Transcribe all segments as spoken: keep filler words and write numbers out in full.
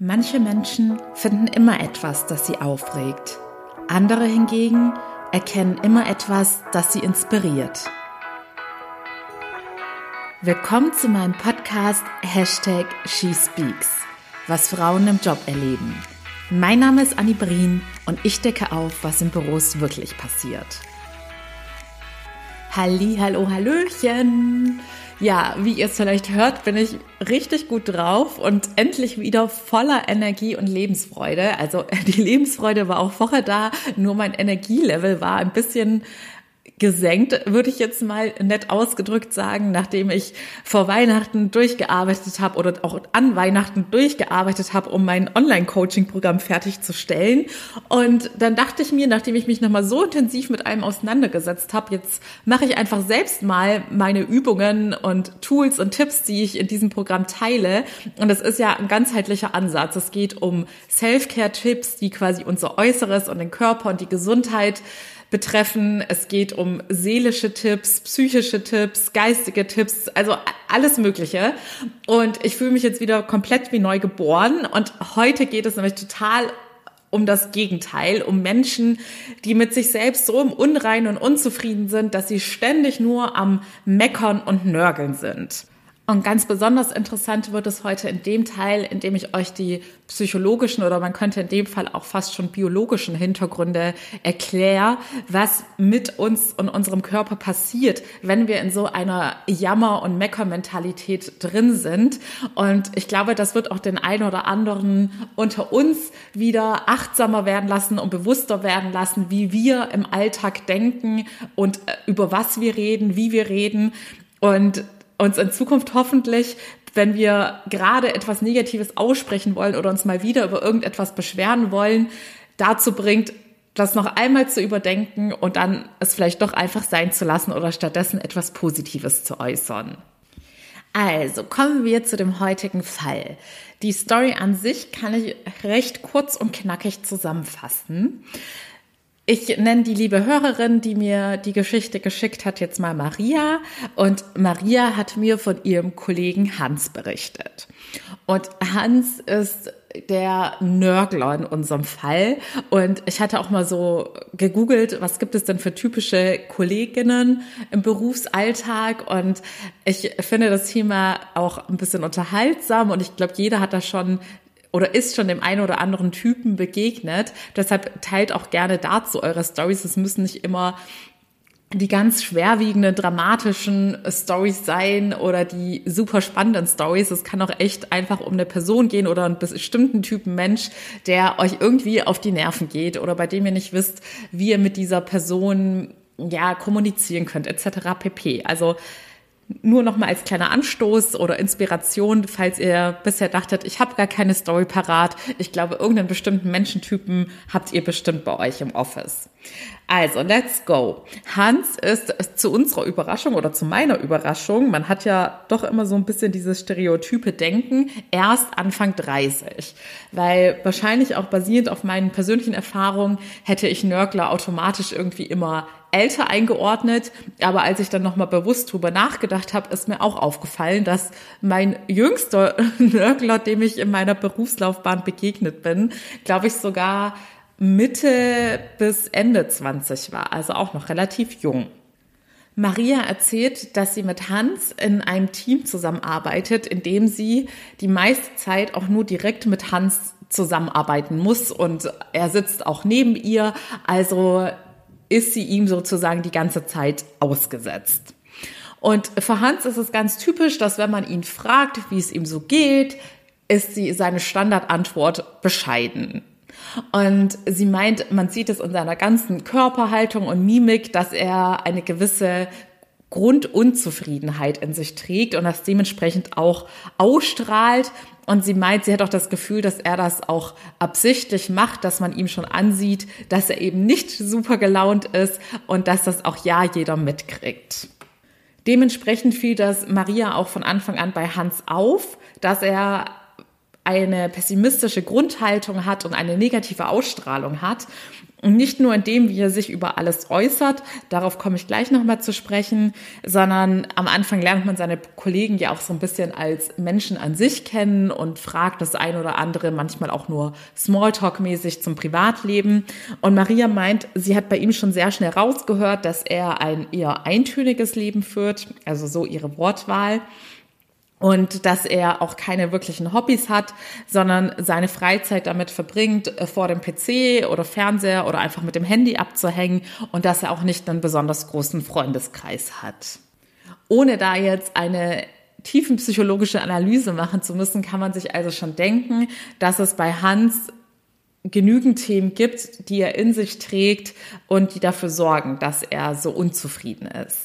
Manche Menschen finden immer etwas, das sie aufregt. Andere hingegen erkennen immer etwas, das sie inspiriert. Willkommen zu meinem Podcast Hashtag SheSpeaks, was Frauen im Job erleben. Mein Name ist Anni Brien und ich decke auf, was in Büros wirklich passiert. Halli, hallo, hallöchen! Ja, wie ihr es vielleicht hört, bin ich richtig gut drauf und endlich wieder voller Energie und Lebensfreude. Also die Lebensfreude war auch vorher da, nur mein Energielevel war ein bisschen gesenkt, würde ich jetzt mal nett ausgedrückt sagen, nachdem ich vor Weihnachten durchgearbeitet habe oder auch an Weihnachten durchgearbeitet habe, um mein Online-Coaching-Programm fertigzustellen. Und dann dachte ich mir, nachdem ich mich nochmal so intensiv mit allem auseinandergesetzt habe, jetzt mache ich einfach selbst mal meine Übungen und Tools und Tipps, die ich in diesem Programm teile. Und es ist ja ein ganzheitlicher Ansatz. Es geht um Self-Care-Tipps, die quasi unser Äußeres und den Körper und die Gesundheit betreffen. Es geht um seelische Tipps, psychische Tipps, geistige Tipps, also alles Mögliche. Und ich fühle mich jetzt wieder komplett wie neu geboren. Und heute geht es nämlich total um das Gegenteil, um Menschen, die mit sich selbst so im Unreinen und unzufrieden sind, dass sie ständig nur am Meckern und Nörgeln sind. Und ganz besonders interessant wird es heute in dem Teil, in dem ich euch die psychologischen oder man könnte in dem Fall auch fast schon biologischen Hintergründe erkläre, was mit uns und unserem Körper passiert, wenn wir in so einer Jammer- und Mecker-Mentalität drin sind. Und ich glaube, das wird auch den einen oder anderen unter uns wieder achtsamer werden lassen und bewusster werden lassen, wie wir im Alltag denken und über was wir reden, wie wir reden und uns in Zukunft hoffentlich, wenn wir gerade etwas Negatives aussprechen wollen oder uns mal wieder über irgendetwas beschweren wollen, dazu bringt, das noch einmal zu überdenken und dann es vielleicht doch einfach sein zu lassen oder stattdessen etwas Positives zu äußern. Also kommen wir zu dem heutigen Fall. Die Story an sich kann ich recht kurz und knackig zusammenfassen. Ich nenne die liebe Hörerin, die mir die Geschichte geschickt hat, jetzt mal Maria. Und Maria hat mir von ihrem Kollegen Hans berichtet. Und Hans ist der Nörgler in unserem Fall. Und ich hatte auch mal so gegoogelt, was gibt es denn für typische Kolleginnen im Berufsalltag? Und ich finde das Thema auch ein bisschen unterhaltsam. Und ich glaube, jeder hat da schon oder ist schon dem einen oder anderen Typen begegnet. Deshalb teilt auch gerne dazu eure Storys. Es müssen nicht immer die ganz schwerwiegenden, dramatischen Storys sein oder die super spannenden Storys. Es kann auch echt einfach um eine Person gehen oder einen bestimmten Typen Mensch, der euch irgendwie auf die Nerven geht oder bei dem ihr nicht wisst, wie ihr mit dieser Person ja kommunizieren könnt, et cetera pp. Also nur noch mal als kleiner Anstoß oder Inspiration, falls ihr bisher dachtet, ich habe gar keine Story parat. Ich glaube, irgendeinen bestimmten Menschentypen habt ihr bestimmt bei euch im Office. Also, let's go. Hans ist zu unserer Überraschung oder zu meiner Überraschung, man hat ja doch immer so ein bisschen dieses stereotype Denken, erst Anfang dreißig. Weil wahrscheinlich auch basierend auf meinen persönlichen Erfahrungen hätte ich Nörgler automatisch irgendwie immer älter eingeordnet, aber als ich dann nochmal bewusst drüber nachgedacht habe, ist mir auch aufgefallen, dass mein jüngster Nörgler, dem ich in meiner Berufslaufbahn begegnet bin, glaube ich sogar Mitte bis Ende zwanzig war, also auch noch relativ jung. Maria erzählt, dass sie mit Hans in einem Team zusammenarbeitet, in dem sie die meiste Zeit auch nur direkt mit Hans zusammenarbeiten muss und er sitzt auch neben ihr, also ist sie ihm sozusagen die ganze Zeit ausgesetzt. Und für Hans ist es ganz typisch, dass wenn man ihn fragt, wie es ihm so geht, ist sie seine Standardantwort bescheiden. Und sie meint, man sieht es in seiner ganzen Körperhaltung und Mimik, dass er eine gewisse Grundunzufriedenheit in sich trägt und das dementsprechend auch ausstrahlt. Und sie meint, sie hat auch das Gefühl, dass er das auch absichtlich macht, dass man ihm schon ansieht, dass er eben nicht super gelaunt ist und dass das auch ja jeder mitkriegt. Dementsprechend fiel das Maria auch von Anfang an bei Hans auf, dass er eine pessimistische Grundhaltung hat und eine negative Ausstrahlung hat. Und nicht nur in dem, wie er sich über alles äußert, darauf komme ich gleich nochmal zu sprechen, sondern am Anfang lernt man seine Kollegen ja auch so ein bisschen als Menschen an sich kennen und fragt das ein oder andere manchmal auch nur Smalltalk-mäßig zum Privatleben. Und Maria meint, sie hat bei ihm schon sehr schnell rausgehört, dass er ein eher eintöniges Leben führt, also so ihre Wortwahl. Und dass er auch keine wirklichen Hobbys hat, sondern seine Freizeit damit verbringt, vor dem P C oder Fernseher oder einfach mit dem Handy abzuhängen und dass er auch nicht einen besonders großen Freundeskreis hat. Ohne da jetzt eine tiefenpsychologische Analyse machen zu müssen, kann man sich also schon denken, dass es bei Hans genügend Themen gibt, die er in sich trägt und die dafür sorgen, dass er so unzufrieden ist.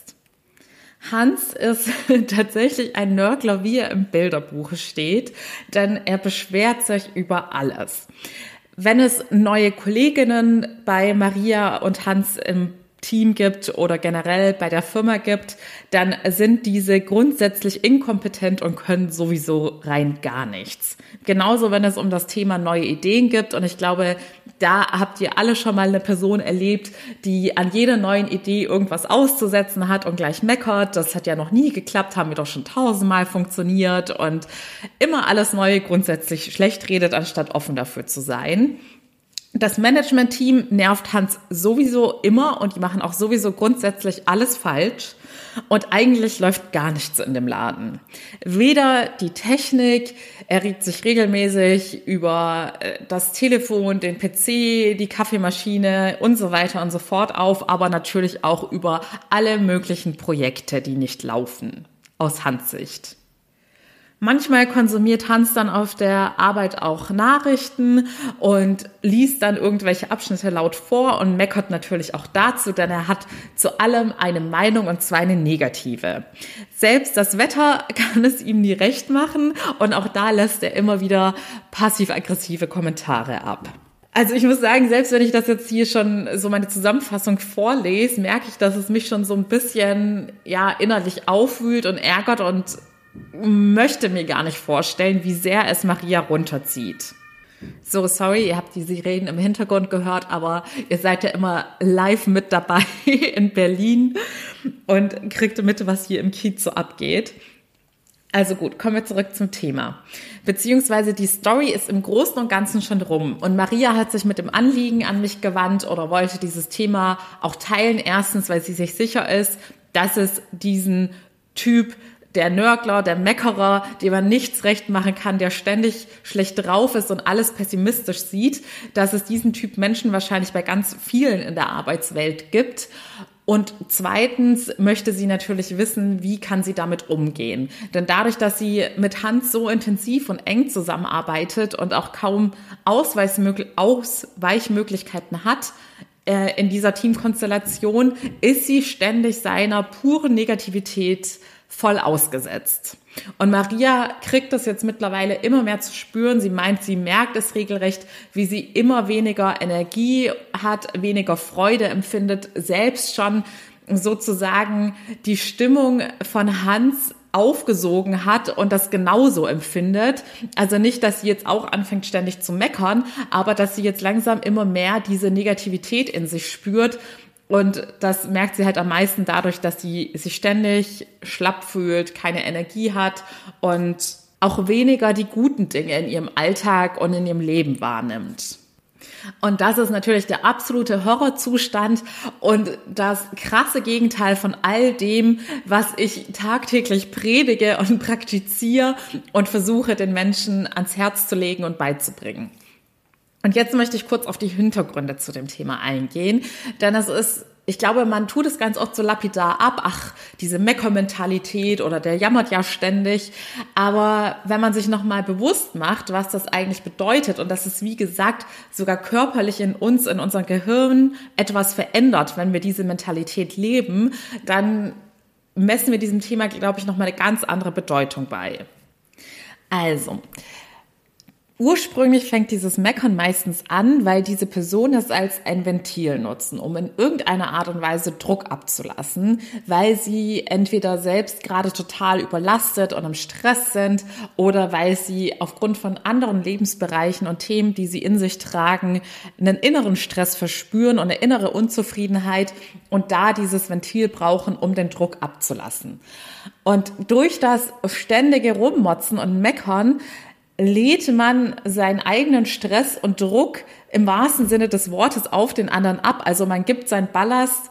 Hans ist tatsächlich ein Nörgler, wie er im Bilderbuch steht, denn er beschwert sich über alles. Wenn es neue Kolleginnen bei Maria und Hans im Team gibt oder generell bei der Firma gibt, dann sind diese grundsätzlich inkompetent und können sowieso rein gar nichts. Genauso, wenn es um das Thema neue Ideen gibt. Und ich glaube, da habt ihr alle schon mal eine Person erlebt, die an jeder neuen Idee irgendwas auszusetzen hat und gleich meckert. Das hat ja noch nie geklappt, haben wir doch schon tausendmal funktioniert und immer alles Neue grundsätzlich schlecht redet, anstatt offen dafür zu sein. Das Management-Team nervt Hans sowieso immer und die machen auch sowieso grundsätzlich alles falsch. Und eigentlich läuft gar nichts in dem Laden. Weder die Technik, er regt sich regelmäßig über das Telefon, den P C, die Kaffeemaschine und so weiter und so fort auf, aber natürlich auch über alle möglichen Projekte, die nicht laufen, aus Hans Sicht. Manchmal konsumiert Hans dann auf der Arbeit auch Nachrichten und liest dann irgendwelche Abschnitte laut vor und meckert natürlich auch dazu, denn er hat zu allem eine Meinung und zwar eine negative. Selbst das Wetter kann es ihm nie recht machen und auch da lässt er immer wieder passiv-aggressive Kommentare ab. Also ich muss sagen, selbst wenn ich das jetzt hier schon so meine Zusammenfassung vorlese, merke ich, dass es mich schon so ein bisschen ja innerlich aufwühlt und ärgert und möchte mir gar nicht vorstellen, wie sehr es Maria runterzieht. So, sorry, ihr habt die Sirenen im Hintergrund gehört, aber ihr seid ja immer live mit dabei in Berlin und kriegt mit, was hier im Kiez so abgeht. Also gut, kommen wir zurück zum Thema. Beziehungsweise die Story ist im Großen und Ganzen schon rum. Und Maria hat sich mit dem Anliegen an mich gewandt oder wollte dieses Thema auch teilen. Erstens, weil sie sich sicher ist, dass es diesen Typ der Nörgler, der Meckerer, dem man nichts recht machen kann, der ständig schlecht drauf ist und alles pessimistisch sieht, dass es diesen Typ Menschen wahrscheinlich bei ganz vielen in der Arbeitswelt gibt. Und zweitens möchte sie natürlich wissen, wie kann sie damit umgehen. Denn dadurch, dass sie mit Hans so intensiv und eng zusammenarbeitet und auch kaum Ausweichmöglichkeiten hat, in dieser Teamkonstellation, ist sie ständig seiner puren Negativität voll ausgesetzt. Und Maria kriegt das jetzt mittlerweile immer mehr zu spüren. Sie meint, sie merkt es regelrecht, wie sie immer weniger Energie hat, weniger Freude empfindet, selbst schon sozusagen die Stimmung von Hans aufgesogen hat und das genauso empfindet. Also nicht, dass sie jetzt auch anfängt ständig zu meckern, aber dass sie jetzt langsam immer mehr diese Negativität in sich spürt. Und das merkt sie halt am meisten dadurch, dass sie sich ständig schlapp fühlt, keine Energie hat und auch weniger die guten Dinge in ihrem Alltag und in ihrem Leben wahrnimmt. Und das ist natürlich der absolute Horrorzustand und das krasse Gegenteil von all dem, was ich tagtäglich predige und praktiziere und versuche, den Menschen ans Herz zu legen und beizubringen. Und jetzt möchte ich kurz auf die Hintergründe zu dem Thema eingehen, denn es ist, ich glaube, man tut es ganz oft so lapidar ab, ach, diese Meckermentalität oder der jammert ja ständig, aber wenn man sich nochmal bewusst macht, was das eigentlich bedeutet und dass es, wie gesagt, sogar körperlich in uns, in unserem Gehirn etwas verändert, wenn wir diese Mentalität leben, dann messen wir diesem Thema, glaube ich, nochmal eine ganz andere Bedeutung bei. Also, Ursprünglich fängt dieses Meckern meistens an, weil diese Personen es als ein Ventil nutzen, um in irgendeiner Art und Weise Druck abzulassen, weil sie entweder selbst gerade total überlastet und im Stress sind oder weil sie aufgrund von anderen Lebensbereichen und Themen, die sie in sich tragen, einen inneren Stress verspüren und eine innere Unzufriedenheit und da dieses Ventil brauchen, um den Druck abzulassen. Und durch das ständige Rummotzen und Meckern lädt man seinen eigenen Stress und Druck im wahrsten Sinne des Wortes auf den anderen ab. Also man gibt seinen Ballast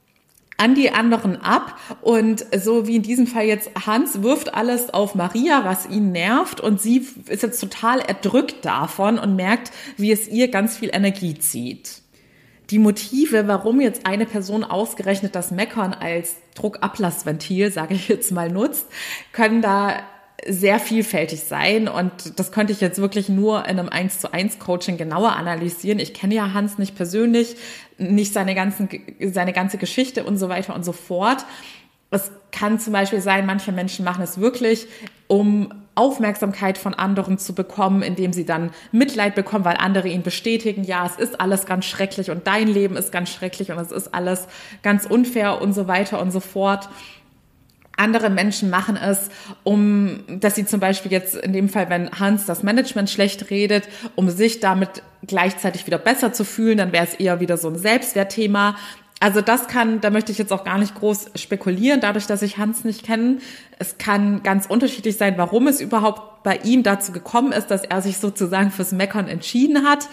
an die anderen ab und so wie in diesem Fall jetzt Hans wirft alles auf Maria, was ihn nervt und sie ist jetzt total erdrückt davon und merkt, wie es ihr ganz viel Energie zieht. Die Motive, warum jetzt eine Person ausgerechnet das Meckern als Druckablassventil, sage ich jetzt mal, nutzt, können da sehr vielfältig sein und das könnte ich jetzt wirklich nur in einem eins zu eins Coaching genauer analysieren. Ich kenne ja Hans nicht persönlich, nicht seine ganzen, seine ganze Geschichte und so weiter und so fort. Es kann zum Beispiel sein, manche Menschen machen es wirklich, um Aufmerksamkeit von anderen zu bekommen, indem sie dann Mitleid bekommen, weil andere ihn bestätigen, ja, es ist alles ganz schrecklich und dein Leben ist ganz schrecklich und es ist alles ganz unfair und so weiter und so fort. Andere Menschen machen es, um, dass sie zum Beispiel jetzt in dem Fall, wenn Hans das Management schlecht redet, um sich damit gleichzeitig wieder besser zu fühlen, dann wäre es eher wieder so ein Selbstwertthema. Also das kann, da möchte ich jetzt auch gar nicht groß spekulieren, dadurch, dass ich Hans nicht kenne. Es kann ganz unterschiedlich sein, warum es überhaupt bei ihm dazu gekommen ist, dass er sich sozusagen fürs Meckern entschieden hat.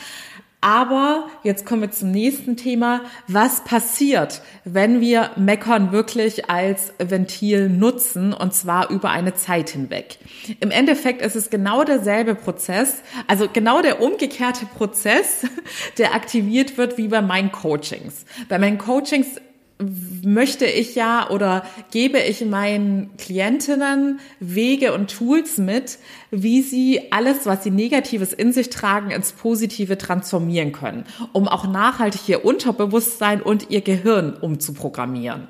Aber jetzt kommen wir zum nächsten Thema. Was passiert, wenn wir Meckern wirklich als Ventil nutzen, und zwar über eine Zeit hinweg? Im Endeffekt ist es genau derselbe Prozess, also genau der umgekehrte Prozess, der aktiviert wird wie bei meinen Coachings. Bei meinen Coachings möchte ich ja oder gebe ich meinen Klientinnen Wege und Tools mit, wie sie alles, was sie Negatives in sich tragen, ins Positive transformieren können, um auch nachhaltig ihr Unterbewusstsein und ihr Gehirn umzuprogrammieren.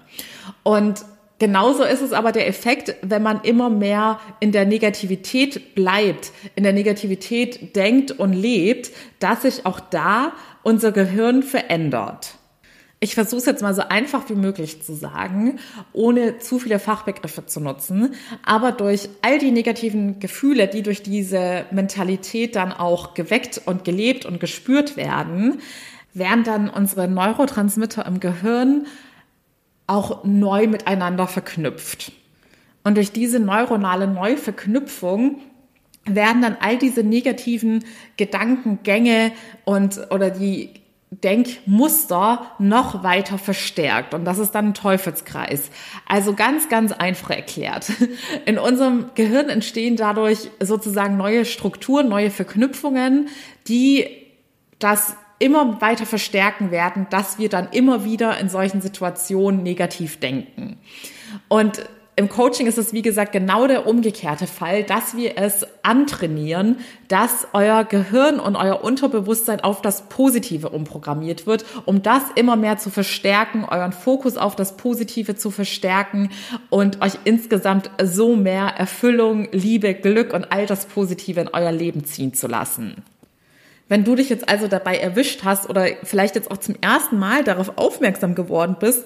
Und genauso ist es aber der Effekt, wenn man immer mehr in der Negativität bleibt, in der Negativität denkt und lebt, dass sich auch da unser Gehirn verändert. Ich versuche es jetzt mal so einfach wie möglich zu sagen, ohne zu viele Fachbegriffe zu nutzen. Aber durch all die negativen Gefühle, die durch diese Mentalität dann auch geweckt und gelebt und gespürt werden, werden dann unsere Neurotransmitter im Gehirn auch neu miteinander verknüpft. Und durch diese neuronale Neuverknüpfung werden dann all diese negativen Gedankengänge und oder die Denkmuster noch weiter verstärkt. Und das ist dann ein Teufelskreis. Also ganz, ganz einfach erklärt. In unserem Gehirn entstehen dadurch sozusagen neue Strukturen, neue Verknüpfungen, die das immer weiter verstärken werden, dass wir dann immer wieder in solchen Situationen negativ denken. Und im Coaching ist es, wie gesagt, genau der umgekehrte Fall, dass wir es antrainieren, dass euer Gehirn und euer Unterbewusstsein auf das Positive umprogrammiert wird, um das immer mehr zu verstärken, euren Fokus auf das Positive zu verstärken und euch insgesamt so mehr Erfüllung, Liebe, Glück und all das Positive in euer Leben ziehen zu lassen. Wenn du dich jetzt also dabei erwischt hast oder vielleicht jetzt auch zum ersten Mal darauf aufmerksam geworden bist,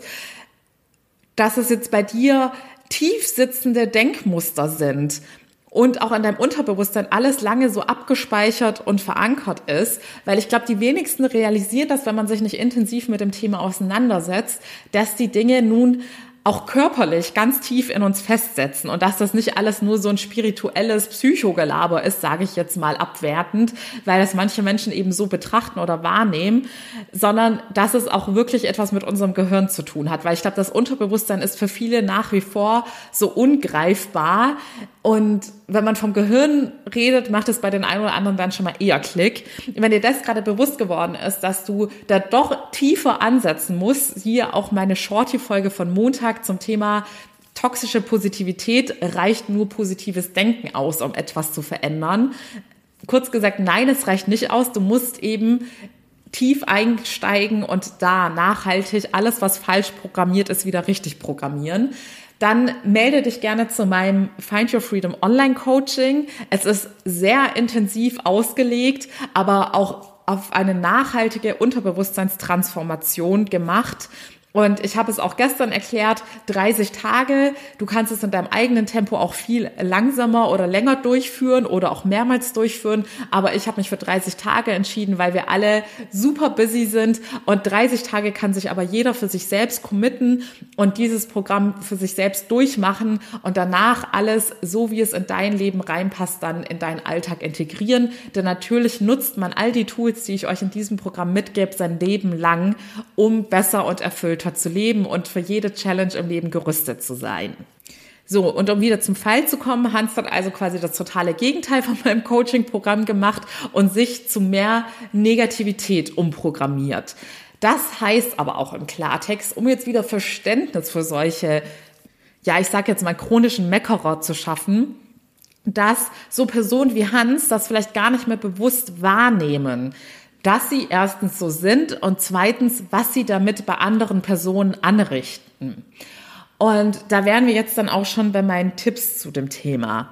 dass es jetzt bei dir tief sitzende Denkmuster sind und auch in deinem Unterbewusstsein alles lange so abgespeichert und verankert ist, weil ich glaube, die wenigsten realisieren das, wenn man sich nicht intensiv mit dem Thema auseinandersetzt, dass die Dinge nun auch körperlich ganz tief in uns festsetzen und dass das nicht alles nur so ein spirituelles Psychogelaber ist, sage ich jetzt mal abwertend, weil das manche Menschen eben so betrachten oder wahrnehmen, sondern dass es auch wirklich etwas mit unserem Gehirn zu tun hat, weil ich glaube, das Unterbewusstsein ist für viele nach wie vor so ungreifbar und wenn man vom Gehirn redet, macht es bei den einen oder anderen dann schon mal eher Klick. Wenn dir das gerade bewusst geworden ist, dass du da doch tiefer ansetzen musst, hier auch meine Shorty-Folge von Montag zum Thema toxische Positivität, reicht nur positives Denken aus, um etwas zu verändern. Kurz gesagt, nein, es reicht nicht aus. Du musst eben tief einsteigen und da nachhaltig alles, was falsch programmiert ist, wieder richtig programmieren. dann melde dich gerne zu meinem Find Your Freedom Online Coaching. Es ist sehr intensiv ausgelegt, aber auch auf eine nachhaltige Unterbewusstseinstransformation gemacht. Und ich habe es auch gestern erklärt, dreißig Tage, du kannst es in deinem eigenen Tempo auch viel langsamer oder länger durchführen oder auch mehrmals durchführen. Aber ich habe mich für dreißig Tage entschieden, weil wir alle super busy sind. Und dreißig Tage kann sich aber jeder für sich selbst committen und dieses Programm für sich selbst durchmachen und danach alles, so wie es in dein Leben reinpasst, dann in deinen Alltag integrieren. Denn natürlich nutzt man all die Tools, die ich euch in diesem Programm mitgebe, sein Leben lang, um besser und erfüllter zu leben und für jede Challenge im Leben gerüstet zu sein. So, und um wieder zum Fall zu kommen, Hans hat also quasi das totale Gegenteil von meinem Coaching-Programm gemacht und sich zu mehr Negativität umprogrammiert. Das heißt aber auch im Klartext, um jetzt wieder Verständnis für solche, ja, ich sage jetzt mal chronischen Meckerer zu schaffen, dass so Personen wie Hans das vielleicht gar nicht mehr bewusst wahrnehmen, dass sie erstens so sind und zweitens, was sie damit bei anderen Personen anrichten. Und da wären wir jetzt dann auch schon bei meinen Tipps zu dem Thema.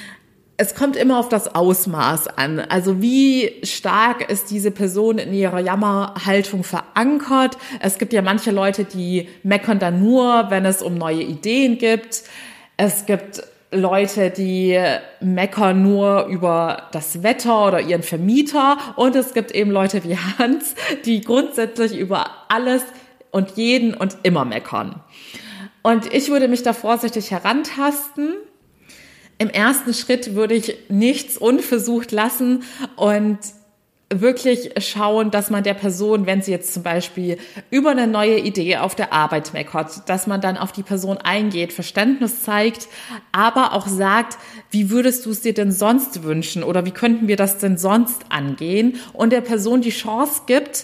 Es kommt immer auf das Ausmaß an. Also wie stark ist diese Person in ihrer Jammerhaltung verankert? Es gibt ja manche Leute, die meckern dann nur, wenn es um neue Ideen gibt. Es gibt Leute, die meckern nur über das Wetter oder ihren Vermieter. Und es gibt eben Leute wie Hans, die grundsätzlich über alles und jeden und immer meckern. Und ich würde mich da vorsichtig herantasten. Im ersten Schritt würde ich nichts unversucht lassen und wirklich schauen, dass man der Person, wenn sie jetzt zum Beispiel über eine neue Idee auf der Arbeit meckert, dass man dann auf die Person eingeht, Verständnis zeigt, aber auch sagt, wie würdest du es dir denn sonst wünschen oder wie könnten wir das denn sonst angehen und der Person die Chance gibt,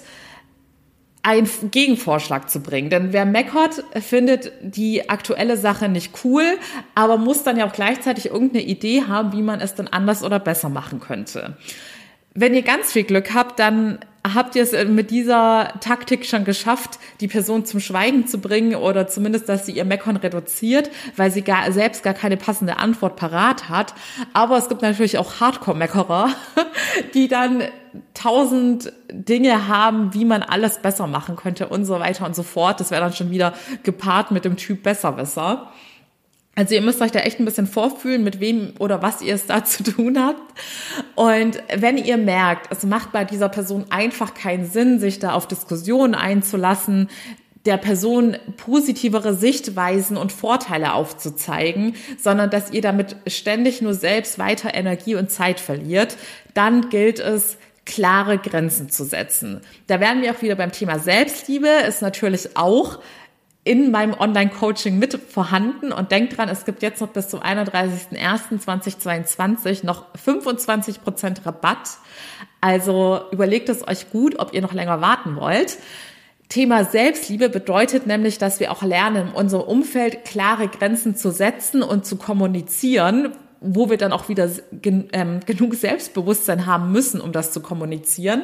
einen Gegenvorschlag zu bringen. Denn wer meckert, findet die aktuelle Sache nicht cool, aber muss dann ja auch gleichzeitig irgendeine Idee haben, wie man es dann anders oder besser machen könnte. Wenn ihr ganz viel Glück habt, dann habt ihr es mit dieser Taktik schon geschafft, die Person zum Schweigen zu bringen oder zumindest, dass sie ihr Meckern reduziert, weil sie gar, selbst gar keine passende Antwort parat hat. Aber es gibt natürlich auch Hardcore-Meckerer, die dann tausend Dinge haben, wie man alles besser machen könnte und so weiter und so fort. Das wäre dann schon wieder gepaart mit dem Typ Besserwisser. Also ihr müsst euch da echt ein bisschen vorfühlen, mit wem oder was ihr es da zu tun habt. Und wenn ihr merkt, es macht bei dieser Person einfach keinen Sinn, sich da auf Diskussionen einzulassen, der Person positivere Sichtweisen und Vorteile aufzuzeigen, sondern dass ihr damit ständig nur selbst weiter Energie und Zeit verliert, dann gilt es, klare Grenzen zu setzen. Da wären wir auch wieder beim Thema Selbstliebe, ist natürlich auch in meinem Online-Coaching mit vorhanden und denkt dran, es gibt jetzt noch bis zum einunddreißigsten ersten zweitausendzweiundzwanzig noch fünfundzwanzig Prozent Rabatt. Also überlegt es euch gut, ob ihr noch länger warten wollt. Thema Selbstliebe bedeutet nämlich, dass wir auch lernen, in unserem Umfeld klare Grenzen zu setzen und zu kommunizieren, wo wir dann auch wieder gen- ähm, genug Selbstbewusstsein haben müssen, um das zu kommunizieren.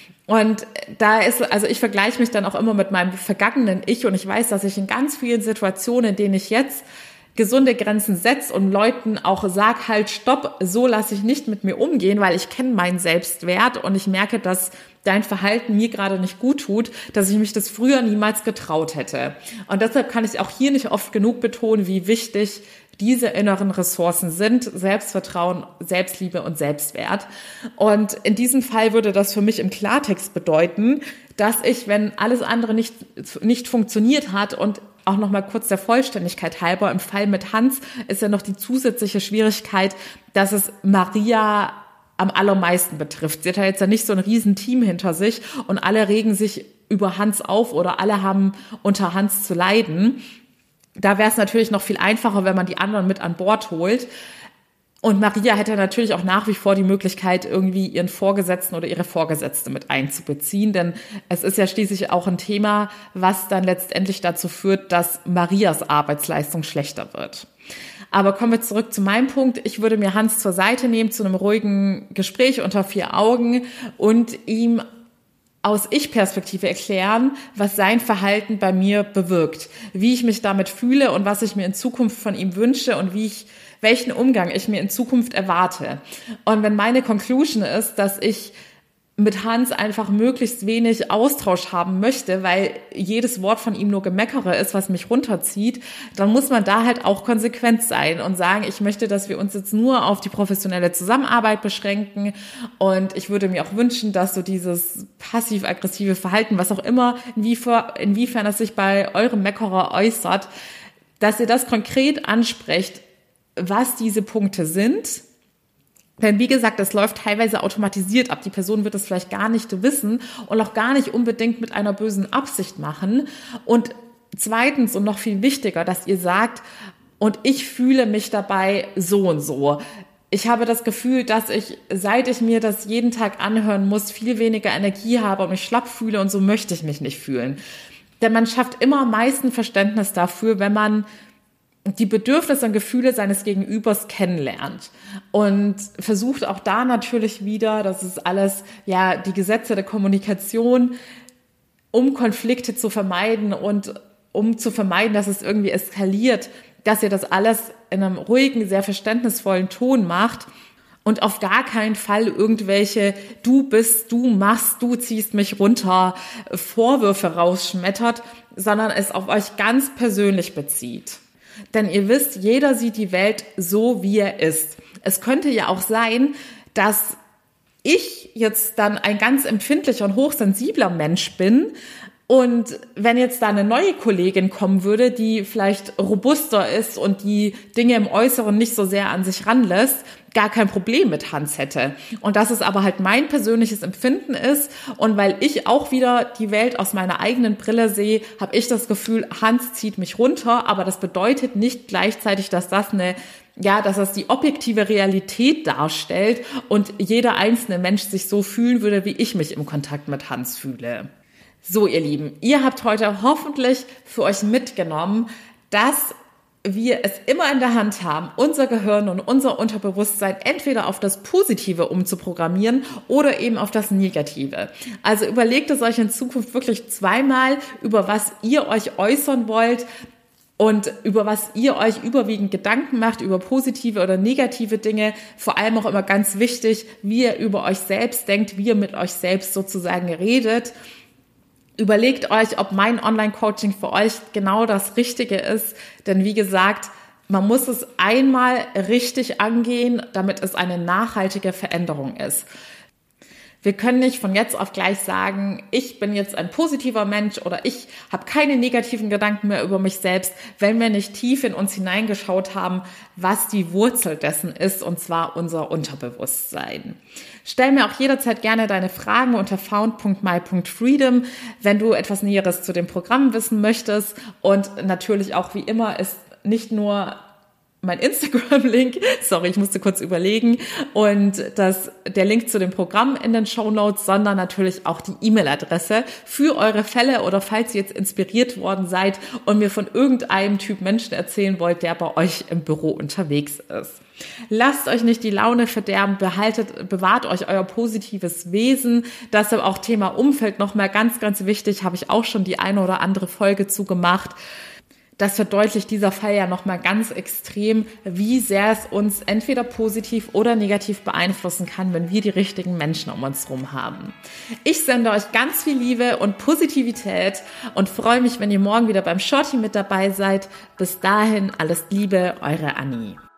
Und da ist, also ich vergleiche mich dann auch immer mit meinem vergangenen Ich und ich weiß, dass ich in ganz vielen Situationen, in denen ich jetzt gesunde Grenzen setze und Leuten auch sag, halt, stopp, so lasse ich nicht mit mir umgehen, weil ich kenne meinen Selbstwert und ich merke, dass dein Verhalten mir gerade nicht gut tut, dass ich mich das früher niemals getraut hätte. Und deshalb kann ich auch hier nicht oft genug betonen, wie wichtig diese inneren Ressourcen sind, Selbstvertrauen, Selbstliebe und Selbstwert. Und in diesem Fall würde das für mich im Klartext bedeuten, dass ich, wenn alles andere nicht, nicht funktioniert hat und auch noch mal kurz der Vollständigkeit halber, im Fall mit Hans ist ja noch die zusätzliche Schwierigkeit, dass es Maria am allermeisten betrifft. Sie hat ja jetzt ja nicht so ein riesen Team hinter sich und alle regen sich über Hans auf oder alle haben unter Hans zu leiden. Da wäre es natürlich noch viel einfacher, wenn man die anderen mit an Bord holt. Und Maria hätte natürlich auch nach wie vor die Möglichkeit, irgendwie ihren Vorgesetzten oder ihre Vorgesetzte mit einzubeziehen. Denn es ist ja schließlich auch ein Thema, was dann letztendlich dazu führt, dass Marias Arbeitsleistung schlechter wird. Aber kommen wir zurück zu meinem Punkt. Ich würde mir Hans zur Seite nehmen zu einem ruhigen Gespräch unter vier Augen und ihm aus Ich-Perspektive erklären, was sein Verhalten bei mir bewirkt, wie ich mich damit fühle und was ich mir in Zukunft von ihm wünsche und wie ich, welchen Umgang ich mir in Zukunft erwarte. Und wenn meine Conclusion ist, dass ich mit Hans einfach möglichst wenig Austausch haben möchte, weil jedes Wort von ihm nur Gemeckere ist, was mich runterzieht, dann muss man da halt auch konsequent sein und sagen, ich möchte, dass wir uns jetzt nur auf die professionelle Zusammenarbeit beschränken und ich würde mir auch wünschen, dass so dieses passiv-aggressive Verhalten, was auch immer, inwiefern, inwiefern es sich bei eurem Meckerer äußert, dass ihr das konkret ansprecht, was diese Punkte sind. Denn wie gesagt, das läuft teilweise automatisiert ab. Die Person wird es vielleicht gar nicht wissen und auch gar nicht unbedingt mit einer bösen Absicht machen. Und zweitens und noch viel wichtiger, dass ihr sagt, und ich fühle mich dabei so und so. Ich habe das Gefühl, dass ich, seit ich mir das jeden Tag anhören muss, viel weniger Energie habe und mich schlapp fühle und so möchte ich mich nicht fühlen. Denn man schafft immer am meisten Verständnis dafür, wenn man die Bedürfnisse und Gefühle seines Gegenübers kennenlernt und versucht auch da natürlich wieder, das ist alles, ja, die Gesetze der Kommunikation, um Konflikte zu vermeiden und um zu vermeiden, dass es irgendwie eskaliert, dass ihr das alles in einem ruhigen, sehr verständnisvollen Ton macht und auf gar keinen Fall irgendwelche du bist, du machst, du ziehst mich runter Vorwürfe rausschmettert, sondern es auf euch ganz persönlich bezieht. Denn ihr wisst, jeder sieht die Welt so, wie er ist. Es könnte ja auch sein, dass ich jetzt dann ein ganz empfindlicher und hochsensibler Mensch bin. Und wenn jetzt da eine neue Kollegin kommen würde, die vielleicht robuster ist und die Dinge im Äußeren nicht so sehr an sich ranlässt, gar kein Problem mit Hans hätte. Und dass es aber halt mein persönliches Empfinden ist und weil ich auch wieder die Welt aus meiner eigenen Brille sehe, habe ich das Gefühl, Hans zieht mich runter, aber das bedeutet nicht gleichzeitig, dass das eine, ja, dass das die objektive Realität darstellt und jeder einzelne Mensch sich so fühlen würde, wie ich mich im Kontakt mit Hans fühle. So, ihr Lieben, ihr habt heute hoffentlich für euch mitgenommen, dass wir es immer in der Hand haben, unser Gehirn und unser Unterbewusstsein entweder auf das Positive umzuprogrammieren oder eben auf das Negative. Also überlegt es euch in Zukunft wirklich zweimal, über was ihr euch äußern wollt und über was ihr euch überwiegend Gedanken macht, über positive oder negative Dinge. Vor allem auch immer ganz wichtig, wie ihr über euch selbst denkt, wie ihr mit euch selbst sozusagen redet. Überlegt euch, ob mein Online-Coaching für euch genau das Richtige ist. Denn wie gesagt, man muss es einmal richtig angehen, damit es eine nachhaltige Veränderung ist. Wir können nicht von jetzt auf gleich sagen, ich bin jetzt ein positiver Mensch oder ich habe keine negativen Gedanken mehr über mich selbst, wenn wir nicht tief in uns hineingeschaut haben, was die Wurzel dessen ist, und zwar unser Unterbewusstsein. Stell mir auch jederzeit gerne deine Fragen unter found punkt my punkt freedom, wenn du etwas Näheres zu dem Programm wissen möchtest. Und natürlich auch wie immer ist nicht nur mein Instagram-Link, sorry, ich musste kurz überlegen, und das, der Link zu dem Programm in den Shownotes, sondern natürlich auch die E-Mail-Adresse für eure Fälle oder falls ihr jetzt inspiriert worden seid und mir von irgendeinem Typ Menschen erzählen wollt, der bei euch im Büro unterwegs ist. Lasst euch nicht die Laune verderben, behaltet, bewahrt euch euer positives Wesen. Deshalb auch Thema Umfeld nochmal ganz, ganz wichtig, habe ich auch schon die eine oder andere Folge zugemacht. Das verdeutlicht dieser Fall ja nochmal ganz extrem, wie sehr es uns entweder positiv oder negativ beeinflussen kann, wenn wir die richtigen Menschen um uns herum haben. Ich sende euch ganz viel Liebe und Positivität und freue mich, wenn ihr morgen wieder beim Shorty mit dabei seid. Bis dahin alles Liebe, eure Anni.